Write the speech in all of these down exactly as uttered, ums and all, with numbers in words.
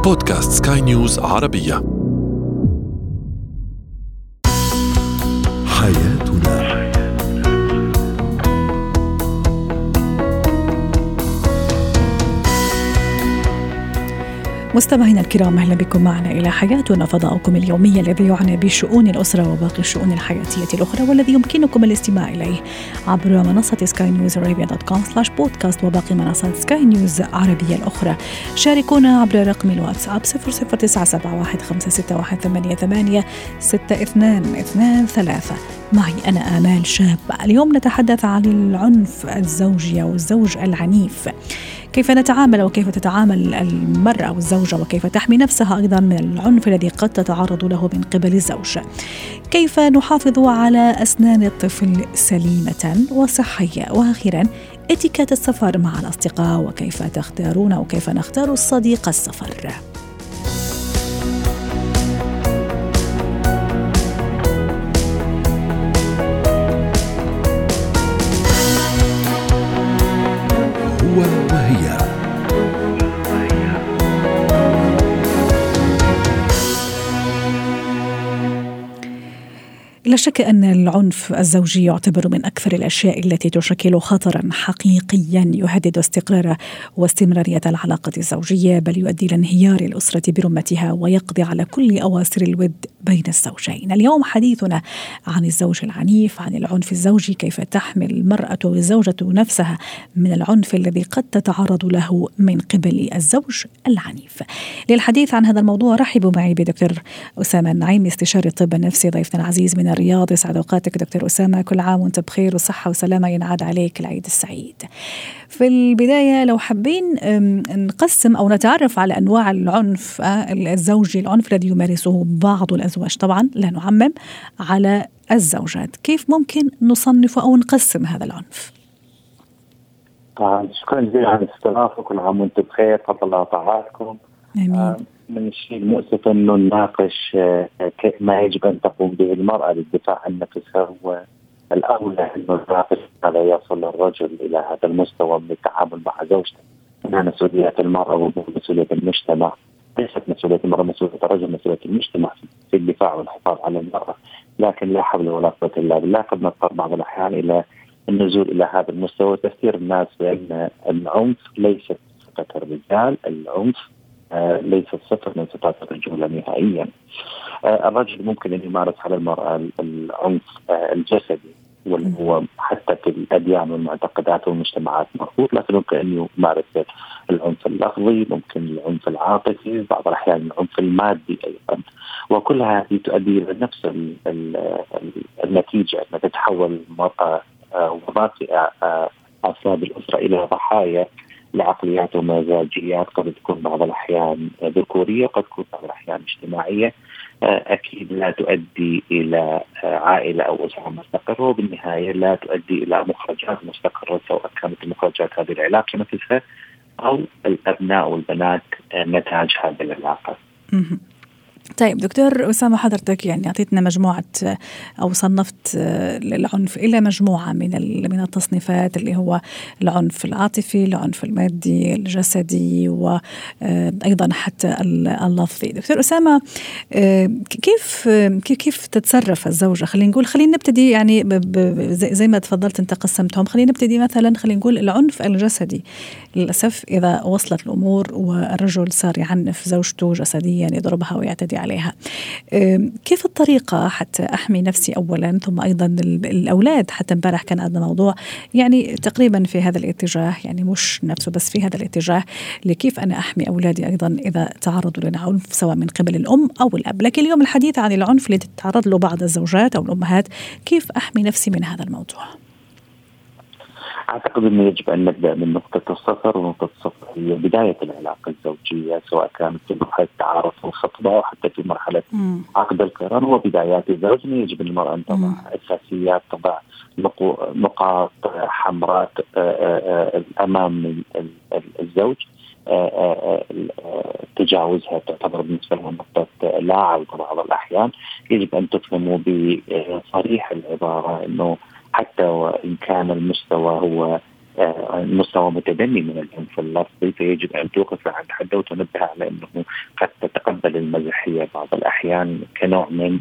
بودكاست سكاي نيوز عربية. حياتنا. مستمعينا الكرام، أهلا بكم معنا إلى حياتنا، فضاؤكم اليومي الذي يعنى بشؤون الأسرة وباقي الشؤون الحياتية الأخرى، والذي يمكنكم الاستماع إليه عبر منصة سكاي نيوز عربية دوت كوم سلاش بودكاست وباقي منصات سكاي نيوز عربية الأخرى. شاركونا عبر رقم الواتساب صفر صفر تسعة سبعة واحد خمسة ستة واحد ثمانية ثمانية ستة اثنان اثنان ثلاثة. معي أنا آمال شاب. اليوم نتحدث عن العنف الزوجي أو الزوج العنيف، كيف نتعامل وكيف تتعامل المرأة أو الزوجة، وكيف تحمي نفسها أيضا من العنف الذي قد تتعرض له من قبل الزوج، كيف نحافظ على أسنان الطفل سليمة وصحية، وأخيرا اتيكيت السفر مع الأصدقاء وكيف تختارون أو كيف نختار الصديق السفر. وهي لا شك أن العنف الزوجي يعتبر من أكثر الأشياء التي تشكل خطرا حقيقيا يهدد استقرار واستمرارية العلاقة الزوجية، بل يؤدي إلى انهيار الأسرة برمتها ويقضي على كل أواصر الود بين الزوجين. اليوم حديثنا عن الزوج العنيف، عن العنف الزوجي، كيف تحمي المرأة والزوجة نفسها من العنف الذي قد تتعرض له من قبل الزوج العنيف. للحديث عن هذا الموضوع رحبوا معي بدكتور أسامة النعيمي، استشاري الطب النفسي، ضيفنا العزيز من الرياض. يسعد اوقاتك دكتور أسامة، كل عام وانت بخير وصحة وسلامة، ينعاد عليك العيد السعيد. في البداية لو حابين نقسم أو نتعرف على أنواع العنف الزوجي، العنف الذي يمارسه بعض الأزواج، طبعا لا نعمم، على الزوجات، كيف ممكن نصنف أو نقسم هذا العنف؟ طبعا شكرا جزيلا على الاستضافة، كل عام وانتم بخير، تفضل الله طاعاتكم. آمين. من الشيء المؤسف أنه نناقش ما يجب أن تقوم به المرأة للدفاع عن نفسها، والأولى أنه نناقش هذا يصل الرجل إلى هذا المستوى من التعامل مع زوجته. إنها مسؤولية المرأة ومسؤولية المجتمع، ليست مسؤولية المرأة، مسؤولية الرجل، مسؤولية المجتمع في الدفاع والحفاظ على المرأة. لكن لا حول ولا قوة إلا بالله، قد نضطر بعض الأحيان إلى النزول إلى هذا المستوى وتفكير الناس بأن العنف ليست صفة الرجال، العنف آه ليس صفة من صفات الرجولة نهائيا. آه الرجل ممكن أن يمارس على المرأة العنف آه الجسدي، وهو حتى في الأديان والمعتقدات والمجتمعات مرفوض، لكن ممكن أن يمارس العنف اللفظي، ممكن العنف العاطفي، بعض الأحيان العنف المادي أيضا، وكلها هذه تؤدي إلى نفس ال ال ال النتيجة، أن تتحول المرأة آه وباقي آه أفراد الأسرة إلى ضحايا لعقليات ومزاجيات قد تكون بعض الأحيان ذكورية، قد تكون بعض الأحيان اجتماعية، أكيد لا تؤدي إلى عائلة أو أسرة مستقرة، وبالنهاية لا تؤدي إلى مخرجات مستقرة، سواء كانت المخرجات هذه العلاقة نفسها أو الأبناء والبنات نتاج هذه العلاقة. طيب دكتور أسامة، حضرتك يعني أعطيتنا مجموعة أو صنفت العنف إلى مجموعة من من التصنيفات، اللي هو العنف العاطفي، العنف المادي، الجسدي، وأيضا حتى اللفظي. دكتور أسامة، كيف كيف تتصرف الزوجة؟ خلينا نقول خلينا نبتدي يعني زي ما تفضلت أنت قسمتهم، خلينا نبتدي مثلا خلينا نقول العنف الجسدي. للأسف إذا وصلت الأمور والرجل صار يعنف زوجته جسديا، يضربها ويعتدي عليها، كيف الطريقة حتى أحمي نفسي أولا، ثم أيضا الأولاد؟ حتى امبارح كان عندنا موضوع يعني تقريبا في هذا الاتجاه، يعني مش نفسه بس في هذا الاتجاه، لكيف أنا أحمي أولادي أيضا إذا تعرضوا للعنف سواء من قبل الأم أو الأب. لكن اليوم الحديث عن العنف اللي تتعرض له بعض الزوجات أو الأمهات، كيف أحمي نفسي من هذا الموضوع؟ أعتقد أنه يجب أن نبدأ من نقطة الصفر، ونقطة الصفر هي بداية العلاقة الزوجية، سواء كانت في مرحلة التعارف والخطبة أو حتى في مرحلة م. عقد القران. وبدايات الزوج يجب المرأة أن تضع أساسيات، تضع نقاط حمراء أمام الزوج، تجاوزها تعتبر بالنسبة لها نقطة لا عودة. بعض الأحيان يجب أن تفهموا بصريح العبارة أنه حتى وإن كان المستوى هو مستوى متدني من العنف اللفظي، فيجب أن توقف عند حده وتنبه على أنه قد تتقبل المزحية بعض الأحيان كنوع من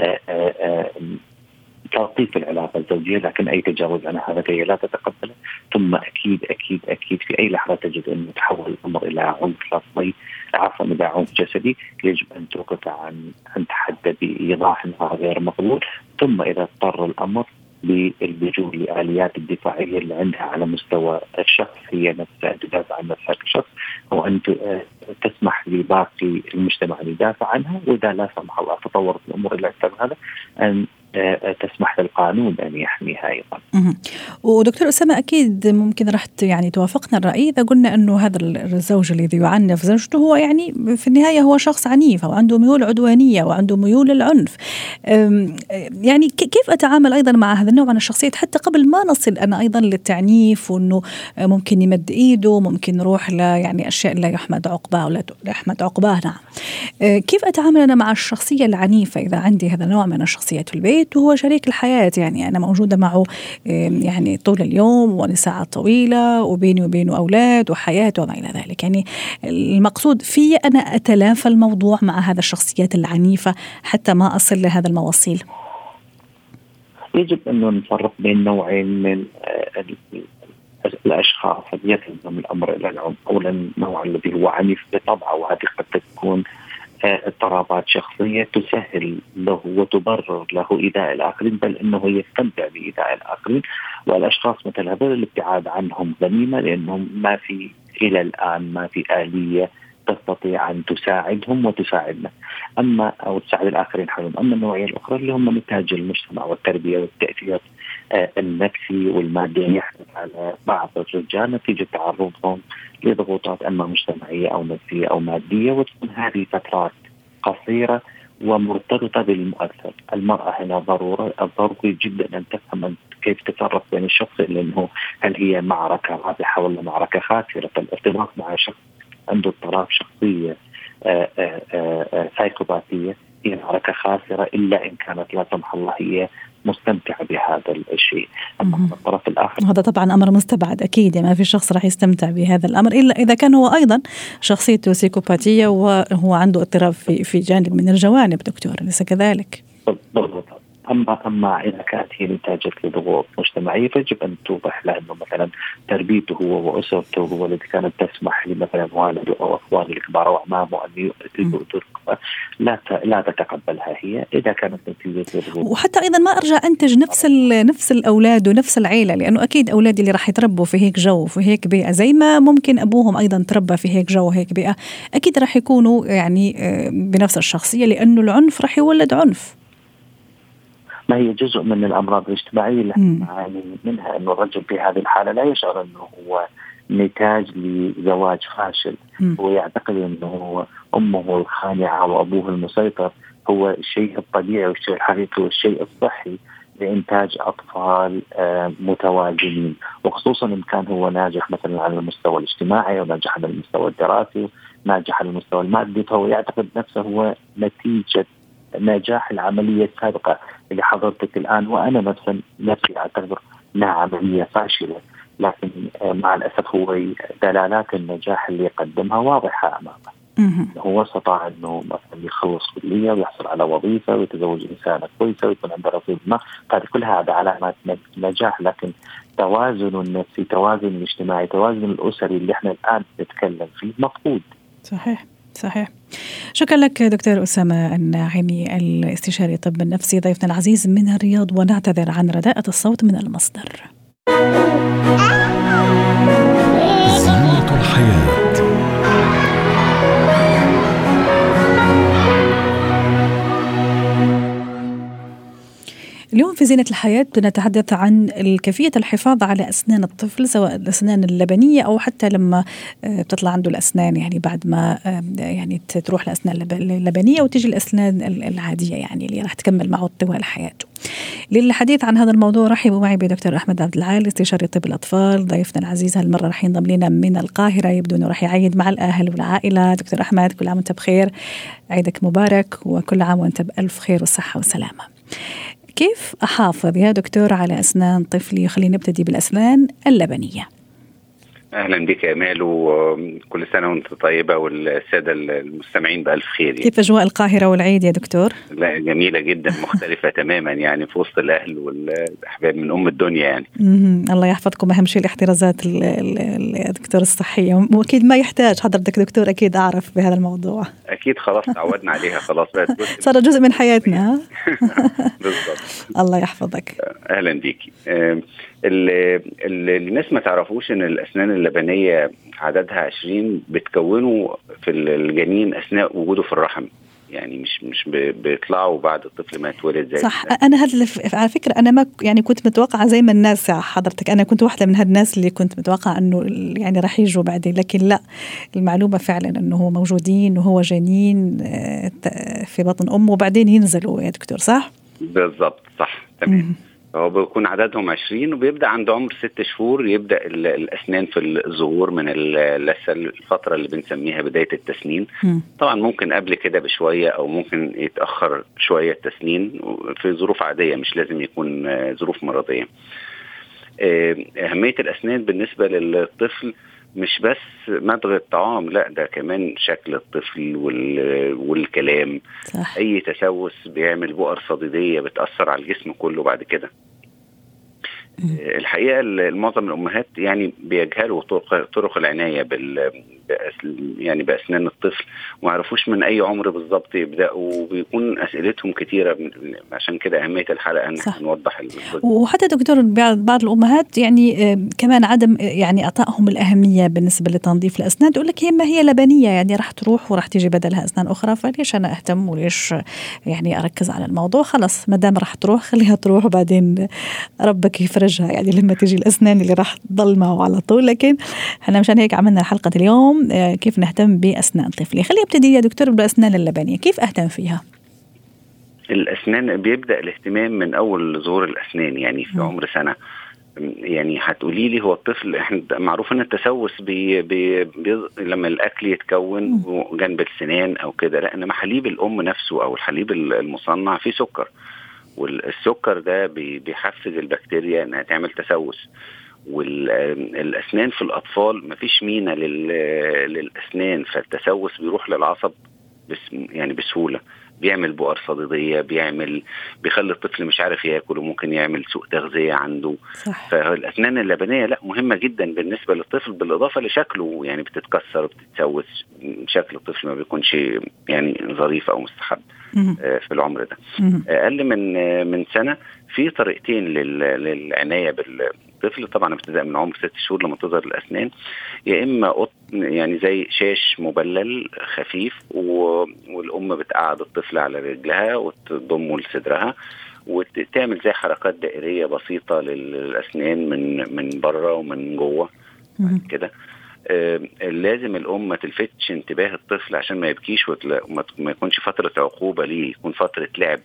تلطيف العلاقة الزوجية، لكن أي تجاوز عن هذا هي لا تتقبله. ثم أكيد أكيد أكيد في أي لحظة تجد أن يتحول الأمر إلى عنف لفظي، عفوا إلى عنف جسدي، يجب أن توقف عن عند حده بإيضاح أنها غير مقبول. ثم إذا اضطر الأمر باللجوء لآليات الدفاعية اللي عندها على مستوى الشخص هي نفسها تدافع عن نفسها كشخص، وأن تسمح لباقي المجتمع أن يدافع عنها، وإذا لا سمح الله تطورت الأمور إلى أكثر هذا أن تسمح للقانون أن يحميها أيضا. ودكتور أسامة أكيد ممكن راح يعني توافقنا الرأي إذا قلنا أنه هذا الزوج الذي يعنف زوجته هو يعني في النهاية هو شخص عنيف وعنده ميول عدوانية وعنده ميول للعنف. يعني كيف أتعامل أيضا مع هذا النوع من الشخصيات حتى قبل ما نصل أنا أيضا للتعنيف، وأنه ممكن يمد إيده، ممكن نروح ل يعني أشياء لا يحمد عقباه ولا يحمد عقباه. نعم، كيف أتعامل أنا مع الشخصية العنيفة إذا عندي هذا النوع من الشخصيات في البيت وهو شريك الحياة، يعني أنا موجودة معه يعني طول اليوم ولساعات طويلة وبيني وبينه أولاد وحياة وما إلى ذلك. يعني المقصود في أنا أتلافى الموضوع مع هذا الشخصيات العنيفة حتى ما أصل لهذا المواصيل. يجب أن نفرق بين نوعين من الأشخاص الذين يتم الأمر إلى العنف. أولا النوع الذي هو عنيف بطبعه، وهذه قد تكون اضطرابات شخصية تسهل له وتبرر له إيذاء الآخرين، بل إنه يستمتع بإيذاء الآخرين. والأشخاص مثل هذول الابتعاد عنهم غنيمة، لأنهم ما في إلى الآن ما في آلية تستطيع أن تساعدهم وتساعدنا أما أو تساعد الآخرين حولهم. أما النوعية الأخرى اللي هم نتاج المجتمع والتربية والتأثير النفسي والمادي يحدث على بعض الرجال نتيجة تعرضهم لضغوطات أما مجتمعية أو نفسية أو مادية، وتكون هذه فترات قصيرة ومرتبطة بالمؤثر. المرأة هنا ضرورة ضروري جدا أن تفهم كيف تفرق بين الشخص لأنه هل هي معركة رابحة ولا معركة خاسرة. الارتباط مع شخص عنده اضطراب شخصية سايكوباتية هي معركة خاسرة إلا إن كانت لا سمح الله هي مستمتعة بهذا الشيء. أما الطرف الآخر هذا طبعا أمر مستبعد أكيد، ما في شخص راح يستمتع بهذا الأمر إلا إذا كان هو أيضا شخصيته سيكوباتية وهو عنده اضطراب في في جانب من الجوانب. دكتور ليس كذلك؟ بالضبط. أما أما إذا كانت هي نتاجة لضغوط مجتمعية فيجب أن توضح له أنه مثلا تربيته هو وأسرته هو التي كانت تسمح لمثلا والده أو أخوانه الكبار أو أعمامه أن يؤذوه، لا لا تتقبلها هي إذا كانت نتيجة لضغوط. وحتى أيضا ما أرجع أنتج نفس نفس الأولاد ونفس العيلة، لأنه أكيد أولادي اللي راح يتربوا في هيك جو في هيك بيئة زي ما ممكن أبوهم أيضا تربى في هيك جو وهيك بيئة، أكيد راح يكونوا يعني بنفس الشخصية، لأنه العنف راح يولد عنف. ما هي جزء من الأمراض الاجتماعية اللي نعاني منها، أنه الرجل في هذه الحالة لا يشعر أنه هو نتاج لزواج فاشل، هو يعتقد أنه أمه الخانعة وأبوه المسيطر هو الشيء الطبيعي والشيء الحقيقي والشيء الصحي لإنتاج أطفال متوازنين، وخصوصا إن كان هو ناجح مثلا على المستوى الاجتماعي وناجح على المستوى الدراسي وناجح على المستوى المادي، فهو يعتقد نفسه هو نتيجة نجاح العملية السابقة اللي حضرتك الآن، وأنا نفسا نفسي أعتبر أنها عملية فاشلة، لكن مع الأسف هو دلالات النجاح اللي يقدمها واضحة أمامه. هو استطاع أنه مثلا يخلص كلية ويحصل على وظيفة ويتزوج إنسانة كويسة ويكون عنده رصيد ما، هذه كلها علامات نجاح، لكن توازن النفسي، توازن الاجتماعي، توازن الأسري اللي احنا الآن نتكلم فيه مفقود. صحيح صحيح. شكرا لك دكتور أسامة الناعمي الاستشاري الطب النفسي ضيفنا العزيز من الرياض، ونعتذر عن رداءة الصوت من المصدر. زينة الحياة. اليوم في زينة الحياة بنتحدث عن كيفية الحفاظ على أسنان الطفل، سواء الأسنان اللبنية أو حتى لما بتطلع عنده الأسنان يعني بعد ما يعني تروح الأسنان اللبنية وتيجي الأسنان العادية يعني اللي راح تكمل معه طوال حياته. للحديث عن هذا الموضوع رحبوا معي بدكتور أحمد عبد العال استشاري طب الأطفال ضيفنا العزيز هالمرة راح ينضم لنا من القاهرة، يبدو أنه راح يعيد مع الأهل والعائلة. دكتور أحمد كل عام وأنت بخير، عيدك مبارك وكل عام وأنت بألف خير والصحة والسلامة. كيف أحافظ يا دكتور على أسنان طفلي؟ خلينا نبتدي بالأسنان اللبنية. أهلا بك يا مال، وكل سنة وانت طيبة والسادة المستمعين بألف خير. كيف أجواء القاهرة والعيد يا دكتور؟ لا جميلة جدا، مختلفة تماما يعني في وسط الأهل والأحباب من أم الدنيا يعني. الله يحفظكم. أهم شيء الاحترازات الدكتور الصحية، وأكيد ما يحتاج حضرتك دكتور، أكيد أعرف بهذا الموضوع. أكيد خلاص تعودنا عليها، خلاص صار جزء من حياتنا. بالضبط. الله يحفظك. أهلا بيكي. الناس ما تعرفوش ان الاسنان اللبنيه عددها عشرين بتكونه في الجنين اثناء وجوده في الرحم، يعني مش مش بيطلعوا بعد الطفل ما يتولد زي صح. انا هذا على فكره انا ما يعني كنت متوقعه زي ما الناس حضرتك، انا كنت واحده من هالناس اللي كنت متوقعه انه يعني راح يجوا بعدين، لكن لا، المعلومه فعلا انه هو موجودين وهو جنين في بطن امه وبعدين ينزلوا يا دكتور، صح؟ بالضبط، صح تمام. هو بيكون عددهم عشرين، وبيبدأ عند عمر ست شهور يبدأ الأسنان في الظهور من اللثة، الفترة اللي بنسميها بداية التسنين. م. طبعا ممكن قبل كده بشوية أو ممكن يتأخر شوية التسنين في ظروف عادية، مش لازم يكون ظروف مرضية. أهمية الأسنان بالنسبة للطفل مش بس مضغ الطعام، لا ده كمان شكل الطفل والكلام. صح. أي تسوس بيعمل بؤر صديدية بتأثر على الجسم كله بعد كده. م. الحقيقة معظم الأمهات يعني بيجهلوا طرق, طرق العناية بال يعني بأسنان الطفل، وما يعرفوش من أي عمر بالضبط يبدأوا، وبيكون أسئلتهم كتيرة، عشان كده أهمية الحلقة أن نوضح الجزء. وحتى دكتور بعض الأمهات يعني كمان عدم يعني أعطائهم الأهمية بالنسبة لتنظيف الأسنان، تقول لك هي ما هي لبنية يعني راح تروح وراح تيجي بدلها أسنان أخرى، فليش أنا أهتم وليش يعني أركز على الموضوع؟ خلاص ما دام راح تروح خليها تروح، وبعدين ربك يفرجها يعني لما تيجي الأسنان اللي راح تضل معه على طول. لكن احنا مشان هيك عملنا حلقة اليوم كيف نهتم بأسنان طفلي. خلينا ابتدي يا دكتور بالأسنان اللبنية، كيف أهتم فيها؟ الأسنان بيبدأ الاهتمام من أول ظهور الأسنان، يعني في م. عمر سنة. يعني هتقولي لي هو الطفل، احنا معروف ان التسوس بي بي بي لما الأكل يتكون جنب السنان أو كده، لا انما حليب الأم نفسه أو الحليب المصنع فيه سكر، والسكر ده بيحفز البكتيريا انها تعمل تسوس. والأسنان في الأطفال مفيش مينا للأسنان، فالتسوس بيروح للعصب بس يعني بسهولة، بيعمل بؤر صديدية، بيعمل بيخلي الطفل مش عارف يأكل، وممكن يعمل سوء تغذية عنده. صح. فالأسنان اللبنية لا مهمة جدا بالنسبة للطفل، بالإضافة لشكله يعني بتتكسر وبتتسوس، شكل الطفل ما بيكونش يعني ظريف أو مستحب في العمر ده. أقل من من سنة في طريقتين للعناية بالطفل، طبعا ابتداء من عمر ست شهور لما تظهر الأسنان، يا إما قط يعني زي شاش مبلل خفيف، والأم بتقعد الطفل على رجلها وتضمه لصدرها، وتعمل زي حركات دائرية بسيطة للأسنان من من بره ومن جوه كده. آه لازم الأم ما تلفتش انتباه الطفل عشان ما يبكيش وما يكونش فترة عقوبة ليه، يكون فترة لعب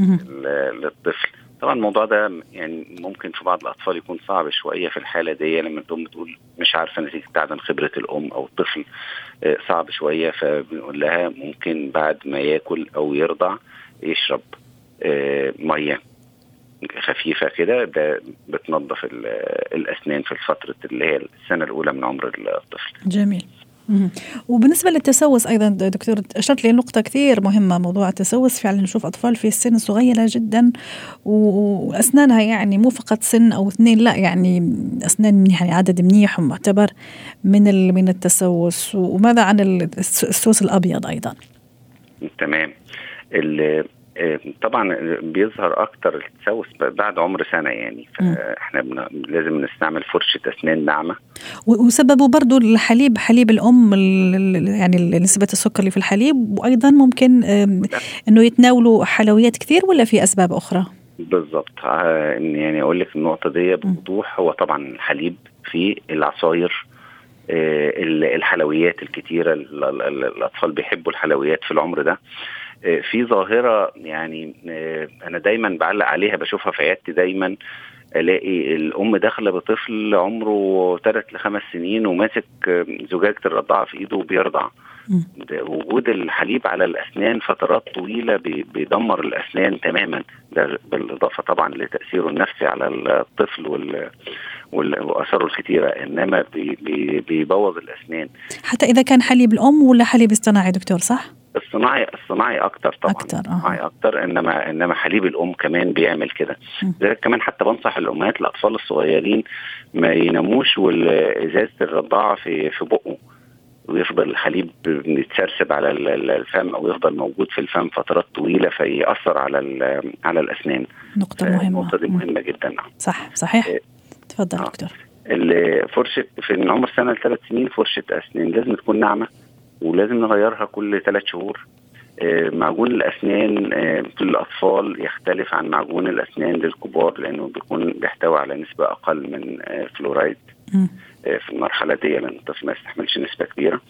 للطفل. طبعا الموضوع ده يعني ممكن في بعض الأطفال يكون صعب شوية في الحالة دي، لما الأم تقول مش عارفة نتيجة عدم خبرة الأم أو الطفل آه صعب شوية، فبنقول لها ممكن بعد ما يأكل أو يرضع يشرب آه مية خفيفة كده، ده بتنظف الأسنان في الفترة اللي هي السنة الأولى من عمر الطفل. جميل. مم. وبالنسبة للتسوس أيضا دكتور أشرت لي نقطة كثير مهمة، موضوع التسوس. فعلا نشوف أطفال في السن صغيرة جدا وأسنانها يعني مو فقط سن أو اثنين، لا يعني أسنان يعني عدد منيح ومعتبر من من التسوس. وماذا عن السوس الأبيض أيضا؟ تمام. طبعا بيظهر اكتر التسوس بعد عمر سنه يعني، فاحنا لازم نستعمل فرشه اسنان ناعمه. وسببه برضو الحليب، حليب الام يعني نسبه السكر اللي في الحليب، وايضا ممكن انه يتناولوا حلويات كثير، ولا في اسباب اخرى؟ بالضبط. يعني اقول لك النقطه دي بوضوح. هو طبعا الحليب فيه العصاير، الحلويات الكتيره، الاطفال بيحبوا الحلويات في العمر ده. في ظاهرة يعني أنا دايما بعلق عليها، بشوفها في عيادتي دايما، ألاقي الأم داخلة بطفل عمره ثلاث لخمس سنين وماسك زجاجة الرضاعة في إيده وبيرضع. وجود الحليب على الأسنان فترات طويلة بيدمر الأسنان تماما، ده بالإضافة طبعا لتأثيره النفسي على الطفل وال وأثاره الكثيرة، إنما بي بي بيبوظ الأسنان. حتى إذا كان حليب الأم ولا حليب اصطناعي دكتور صح؟ الصناعي الصناعي أكتر طبعا، أكتر. الصناعي أكتر، إنما إنما حليب الأم كمان بيعمل كده. لذلك كمان حتى بنصح الأمهات الأطفال الصغيرين ما يناموش والإزازة الرضاعة في في بقه ويفضل الحليب يتسرسب على الفم أو يفضل موجود في الفم فترات طويلة فيأثر على على الأسنان. نقطة مهمة. النقطة دي مهمة جدا. صح صحيح. تفضل دكتور. فرشة في من عمر سنة لثلاث سنين فرشة أسنان لازم تكون ناعمة ولازم نغيرها كل ثلاث شهور. معجون الأسنان في الأطفال يختلف عن معجون الأسنان للكبار لأنه بيكون بيحتوي على نسبة أقل من فلورايد في المرحلة دي، لأن الطفل ما يستحملش نسبة كبيرة.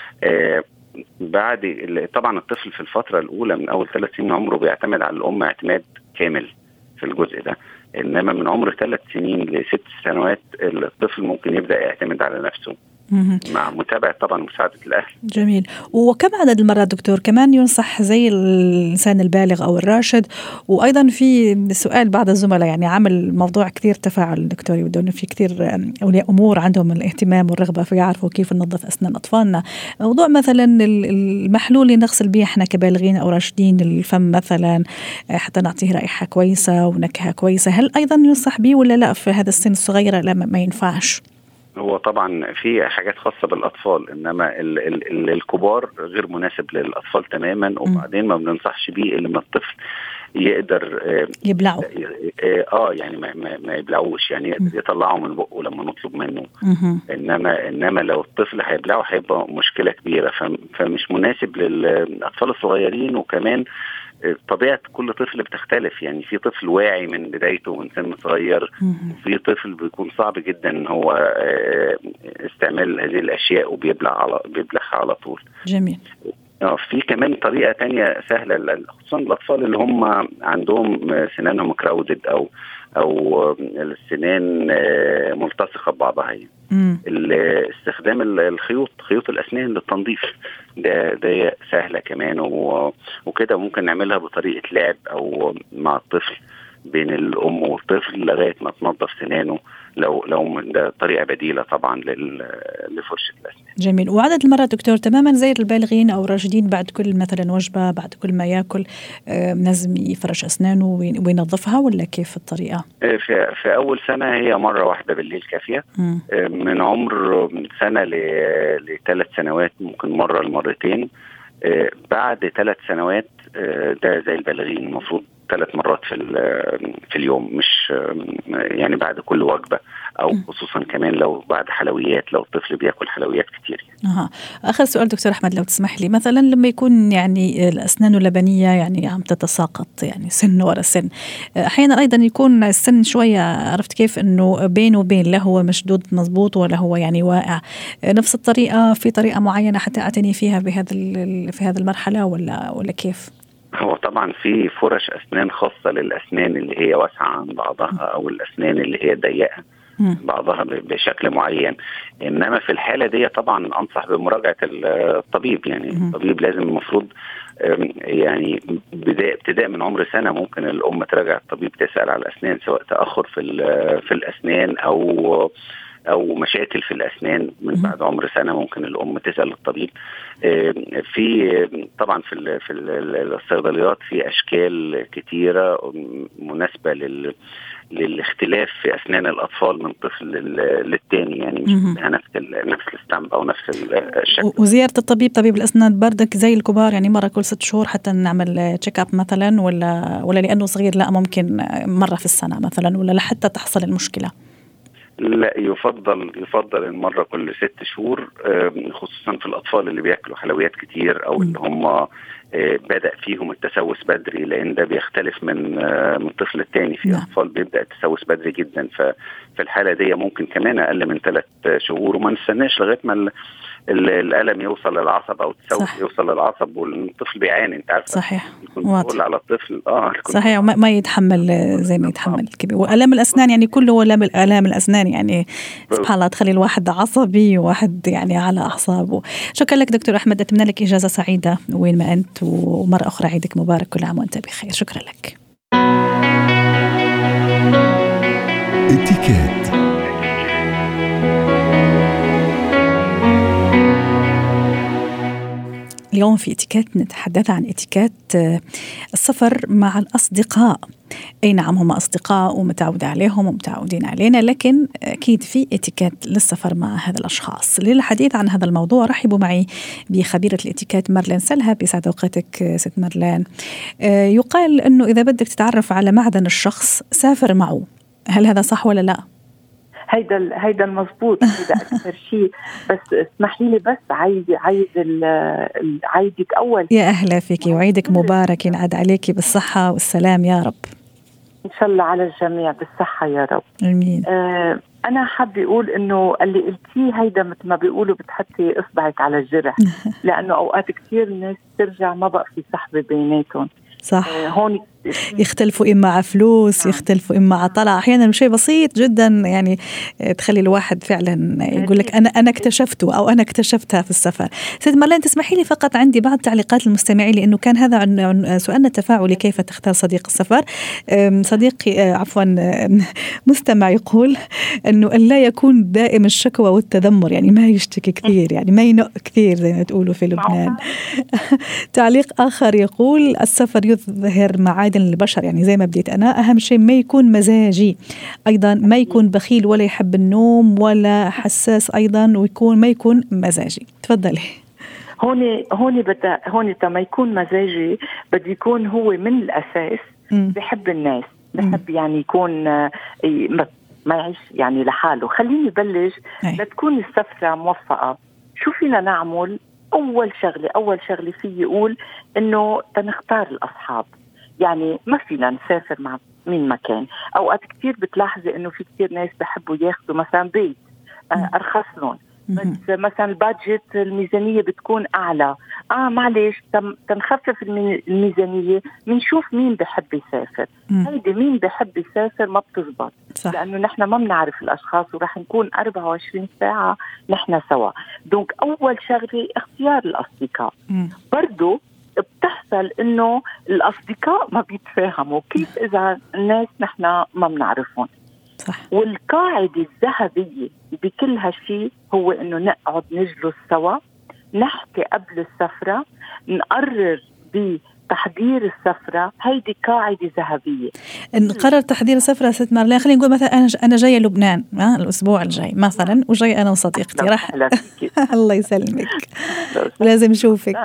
بعد طبعا الطفل في الفترة الأولى من أول ثلاث سنين عمره بيعتمد على الأم اعتماد كامل في الجزء ده، إنما من عمر ثلاث سنين لست سنوات الطفل ممكن يبدأ يعتمد على نفسه مع متابعة طبعا مساعدة الأهل. جميل. وكم عدد المرات دكتور كمان ينصح زي الإنسان البالغ أو الراشد؟ وأيضا في سؤال بعض الزملاء يعني عامل موضوع كثير تفاعل دكتور، يودون في كثير أولياء أمور عندهم الاهتمام والرغبة في يعرفوا كيف ننظف أسنان أطفالنا. موضوع مثلا المحلول اللي نغسل به احنا كبالغين أو راشدين الفم مثلا حتى نعطيه رائحة كويسة ونكهة كويسة، هل أيضا ينصح به ولا لا في هذا السن الصغيرة لا ما ينفعش؟ هو طبعا في حاجات خاصة بالأطفال، إنما ال ال ال الكبار غير مناسب للأطفال تماما. وبعدين ما بننصحش بيه إلا ما الطفل يقدر يبلعه اه يعني ما, ما, ما يبلعوش، يعني يقدر يطلعه من بقه لما نطلب منه. انما انما لو الطفل هيبلعه هيبقى مشكلة كبيرة، فمش مناسب للأطفال الصغيرين. وكمان طبيعة كل طفل بتختلف، يعني في طفل واعي من بدايته من سن صغير، وفي طفل بيكون صعب جدا ان هو استعمال هذه الاشياء وبيبلع على بيبلعها على طول. جميل. في كمان طريقة تانية سهلة خصوصا الأطفال اللي هم عندهم سنانهم كراودد أو أو السنان ملتصقة ببعضها، استخدام الخيوط خيوط الأسنان للتنظيف ده ده سهلة كمان، وكده ممكن نعملها بطريقة لعب أو مع الطفل بين الأم والطفل لغاية ما تنظف سنانه، لو لو ده طريقة بديلة طبعا لفرشة الأسنان. جميل. وعدد المرات دكتور تماما زي البالغين أو الراشدين بعد كل مثلا وجبة بعد كل ما يأكل لازم يفرش أسنانه وينظفها ولا كيف الطريقة؟ في في أول سنة هي مرة واحدة بالليل كافية. م. من عمر سنة لثلاث سنوات ممكن مرة لمرتين. بعد ثلاث سنوات ده زي البالغين المفروض ثلاث مرات في في اليوم، مش يعني بعد كل وجبة، أو خصوصا كمان لو بعد حلويات لو الطفل بيأكل حلويات كتير. أها. آخر سؤال دكتور أحمد لو تسمح لي، مثلا لما يكون يعني الأسنان اللبنية يعني عم تتساقط يعني سن ورا سن، أحيانا أيضا يكون السن شوية عرفت كيف إنه بين وبين لا هو مشدود مزبوط ولا هو يعني واقع، نفس الطريقة في طريقة معينة حتى أعتني فيها بهذا في هذه المرحلة ولا ولا كيف؟ هو طبعا في فرش أسنان خاصة للأسنان اللي هي واسعة عن بعضها أو الأسنان اللي هي ضيقة بعضها بشكل معين، إنما في الحالة دي طبعا أنصح بمراجعة الطبيب. يعني الطبيب لازم المفروض يعني ابتداء من عمر سنة ممكن الأم تراجع الطبيب تسأل على الأسنان، سواء تأخر في في الأسنان أو أو مشاكل في الأسنان. من بعد عمر سنة ممكن الأم تسأل الطبيب. في طبعا في في الصيدليات في أشكال كتيرة مناسبة لل للاختلاف في أسنان الأطفال من طفل للتاني، يعني مش نفس نفس الستامب أو نفس الشكل. وزيارة الطبيب طبيب الأسنان بردك زي الكبار يعني مرة كل ست شهور حتى نعمل تشيك اب مثلا، ولا ولا لأنه صغير لا ممكن مرة في السنة مثلا، ولا لحتى تحصل المشكلة؟ لا، يفضل يفضل المرة كل ست شهور، خصوصا في الأطفال اللي بيأكلوا حلويات كتير أو اللي هم بدأ فيهم التسوس بدري، لأن ده بيختلف من من طفل التاني. في أطفال بيبدأ التسوس بدري جدا، ففي الحالة دي ممكن كمان أقل من ثلاث شهور، وما نستناش لغاية ما الألم يوصل للعصب أو التسوس يوصل للعصب والطفل بيعاني. أنت عارف صحيح واضح على الطفل آه صحيح وما ما يتحمل زي ما يتحمل الكبير. وألم الأسنان يعني كله ألم الآلام الأسنان يعني سبحان الله تخلي الواحد عصبي وواحد يعني على أعصابه. شكرا لك دكتور أحمد، أتمنى لك إجازة سعيدة وين ما أنت، ومرة أخرى عيدك مبارك، كل عام وأنت بخير. شكرا لك. اتكات. اليوم في اتيكيت نتحدث عن اتيكيت السفر مع الأصدقاء. أي نعم هم أصدقاء ومتعود عليهم ومتعودين علينا، لكن أكيد في اتيكيت للسفر مع هذا الأشخاص. للحديث عن هذا الموضوع رحبوا معي بخبيرة الاتيكيت مارلين سلهى. بيسعد أوقاتك ست مارلين. يقال أنه إذا بدك تتعرف على معدن الشخص سافر معه، هل هذا صح ولا لا؟ هيدا هيدا المضبوط، هيدا أكثر شيء. بس اسمحي لي بس عايد عايد عايدك أول. يا أهلا فيكي وعيدك مبارك، ينعاد عليكي بالصحة والسلام يا رب. إن شاء الله على الجميع بالصحة يا رب. آمين. آه أنا حابة أقول إنه اللي قلتيه هيدا مثل ما بيقولوا بتحطي إصبعك على الجرح، لأنه أوقات كثير الناس ترجع ما بقى في صحبة بيناتهم. صح. آه هون يختلفوا إما على فلوس، يختلفوا إما على طلع، أحيانا شيء بسيط جدا يعني تخلي الواحد فعلا يقول لك أنا أنا اكتشفته أو أنا اكتشفتها في السفر. سيد مارلين تسمحي لي فقط عندي بعض تعليقات المستمعين، لأنه كان هذا عن سؤالنا التفاعلي كيف تختار صديق السفر. صديقي عفوا مستمع يقول أنه لا يكون دائم الشكوى والتذمر، يعني ما يشتكي كثير، يعني ما ينق كثير زي ما تقولوا في لبنان. تعليق آخر يقول السفر يظهر معادن البشر، يعني زي ما بديت أنا، أهم شيء ما يكون مزاجي، أيضا ما يكون بخيل ولا يحب النوم ولا حساس أيضا، ويكون ما يكون مزاجي. تفضلي. هون هون بدا هون ما يكون مزاجي بده يكون هو من الأساس بحب الناس، بحب يعني يكون ما يعيش يعني لحاله. خليني بلش. لتكون السفرة موفقة شو فينا نعمل؟ أول شغلة أول شغلة في يقول إنه تنختار الأصحاب. يعني ما فينا نسافر مع مين مكان. أوقات كتير بتلاحظي إنه في كتير ناس بحبوا ياخدوا مثلا بيت أرخص لهم، بس مثلا البادجت الميزانية بتكون أعلى. آه معلش تنخفف الميزانية، منشوف مين بحب يسافر. هيدي مين بحب يسافر ما بتزبط، لأنه نحن ما بنعرف الأشخاص ورح نكون أربعة وعشرين ساعة نحن سوا. دونك أول شغلة اختيار الأصدقاء. برضو بتحصل إنه الأصدقاء ما بيتفاهموا كيف إذا الناس نحن ما بنعرفهم. صح. والقاعدة الذهبية بكل هالشي هو إنه نقعد نجلس سوا، نحكي قبل السفرة، نقرر بتحضير السفرة. هيدي قاعدة ذهبية. نقرر تحضير السفرة ست مارلين. خلينا نقول مثلا أنا أنا جاية لبنان آه الأسبوع الجاي مثلا، وجاي أنا وصديقتي راح الله يسلمك لازم نشوفك.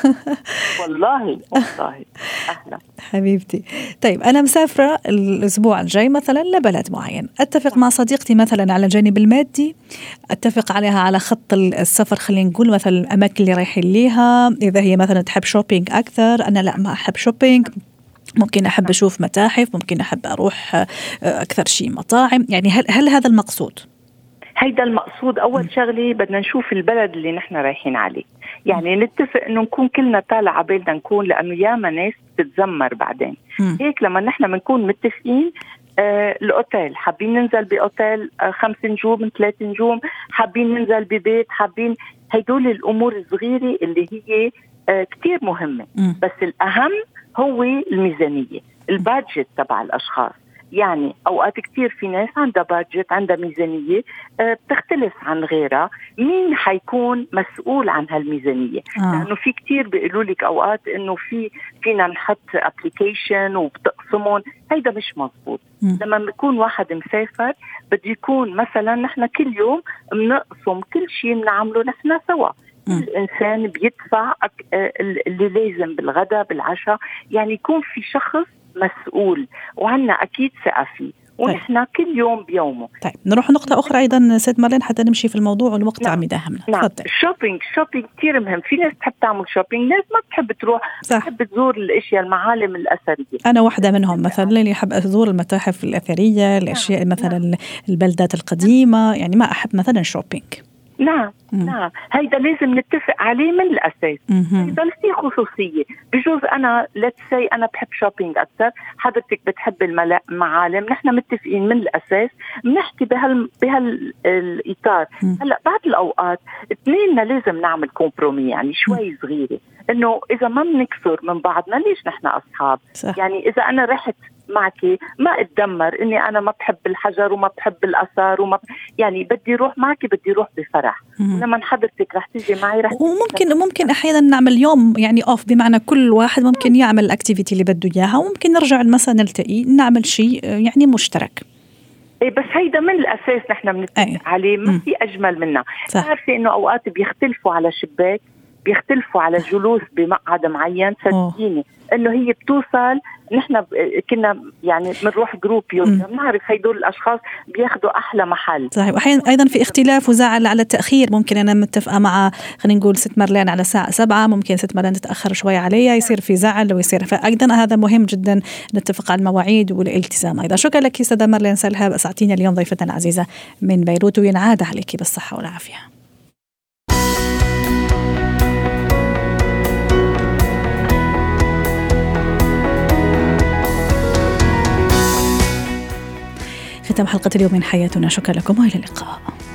والله والله أهلا حبيبتي. طيب أنا مسافرة الأسبوع الجاي مثلا لبلد معين، أتفق مع صديقتي مثلا على الجانب المادي، أتفق عليها على خط السفر. خلينا نقول مثلا الأماكن اللي رايحين ليها، إذا هي مثلا تحب شوبينج أكثر، أنا لا ما أحب شوبينج، ممكن أحب أشوف متاحف، ممكن أحب أروح أكثر شيء مطاعم. يعني هل, هل هذا المقصود؟ هيدا المقصود. أول شغلة بدنا نشوف البلد اللي نحن رايحين عليه، يعني نتفق إنه نكون كلنا طالع عبالنا نكون، لأنه ياما ناس تتزمر بعدين. م. هيك لما نحن بنكون متفقين. آه الأوتيل حابين ننزل بأوتيل آه خمس نجوم ثلاث نجوم، حابين ننزل ببيت، حابين هيدول الأمور الصغيرة اللي هي آه كتير مهمة. م. بس الأهم هو الميزانية، البادجت تبع الأشخاص. يعني أوقات كتير في ناس عندها بادجت، عندها ميزانية آه بتختلف عن غيرها. مين حيكون مسؤول عن هالميزانية؟ آه. لأنه في كتير بيقولوا لك أوقات إنه في فينا نحط أبليكيشن وبتقسمون. هيدا مش مظبوط. لما بيكون واحد مسافر بده يكون مثلا نحن كل يوم بنقسم كل شيء بنعمله نحن سوا. الإنسان بيدفع اللي لازم بالغداء بالعشاء، يعني يكون في شخص مسؤول وعنا أكيد ثقة فيه، ونحن طيب. كل يوم بيومه. طيب نروح نقطة أخرى أيضا ست مارلين حتى نمشي في الموضوع والوقت نعم. عم يداهمنا. نعم. الشوبينج شوبينج كتير مهم. في ناس تحب تعمل شوبينج، ناس ما بتحب تروح، تحب تزور الأشياء المعالم الأثرية. أنا واحدة منهم مثلا اللي أحب أزور المتاحف الأثرية، الأشياء نعم. مثلا نعم. البلدات القديمة، يعني ما أحب مثلا شوبينج. نعم مم. نعم هيدا لازم نتفق عليه من الأساس. يضل في خصوصية. بجوز أنا let's say أنا بحب شوبينج أكثر، حضرتك بتحب المعالم، نحن متفقين من الأساس بنحكي بهال بهالإطار. هلأ بعض الأوقات اثنيننا لازم نعمل كومبرومي، يعني شوي صغيرة، إنه إذا ما بنكسر من بعضنا ليش نحن أصحاب؟ صح. يعني إذا أنا رحت معك ما اتدمر اني انا ما بحب الحجر وما بحب الاثار وما ب... يعني بدي اروح معك، بدي اروح بفرح. لما حضرتك رح تيجي معي رح وممكن ممكن احيانا نعمل يوم يعني اوف، بمعنى كل واحد ممكن يعمل الاكتيفيتي اللي بده اياها، وممكن نرجع مثلا نلتقي نعمل شيء يعني مشترك. ايه بس هيدا من الاساس نحن بنتفق عليه، ما في اجمل منها. عارفه انه اوقات بيختلفوا على شباك، بيختلفوا على جلوس بمقعد معين، صدقيني انه هي بتوصل. نحن كنا يعني بنروح جروب يوجا، بنعرف هيدول الاشخاص بياخدوا احلى محل. صحيح. واحيانا ايضا في اختلاف وزعل على التاخير، ممكن انا متفقه مع خلينا نقول ست مرلين على الساعه سبعة، ممكن ست مرلين تتاخر شوي عليها، يصير في زعل ويصير. فايضا هذا مهم جدا نتفق على المواعيد والالتزام ايضا. شكرا لك استاذه مرلين سلهب، اسعدتينا اليوم ضيفتنا العزيزه من بيروت، وينعاد عليك بالصحه والعافيه. ختام حلقة اليوم من حياتنا، شكرا لكم وإلى اللقاء.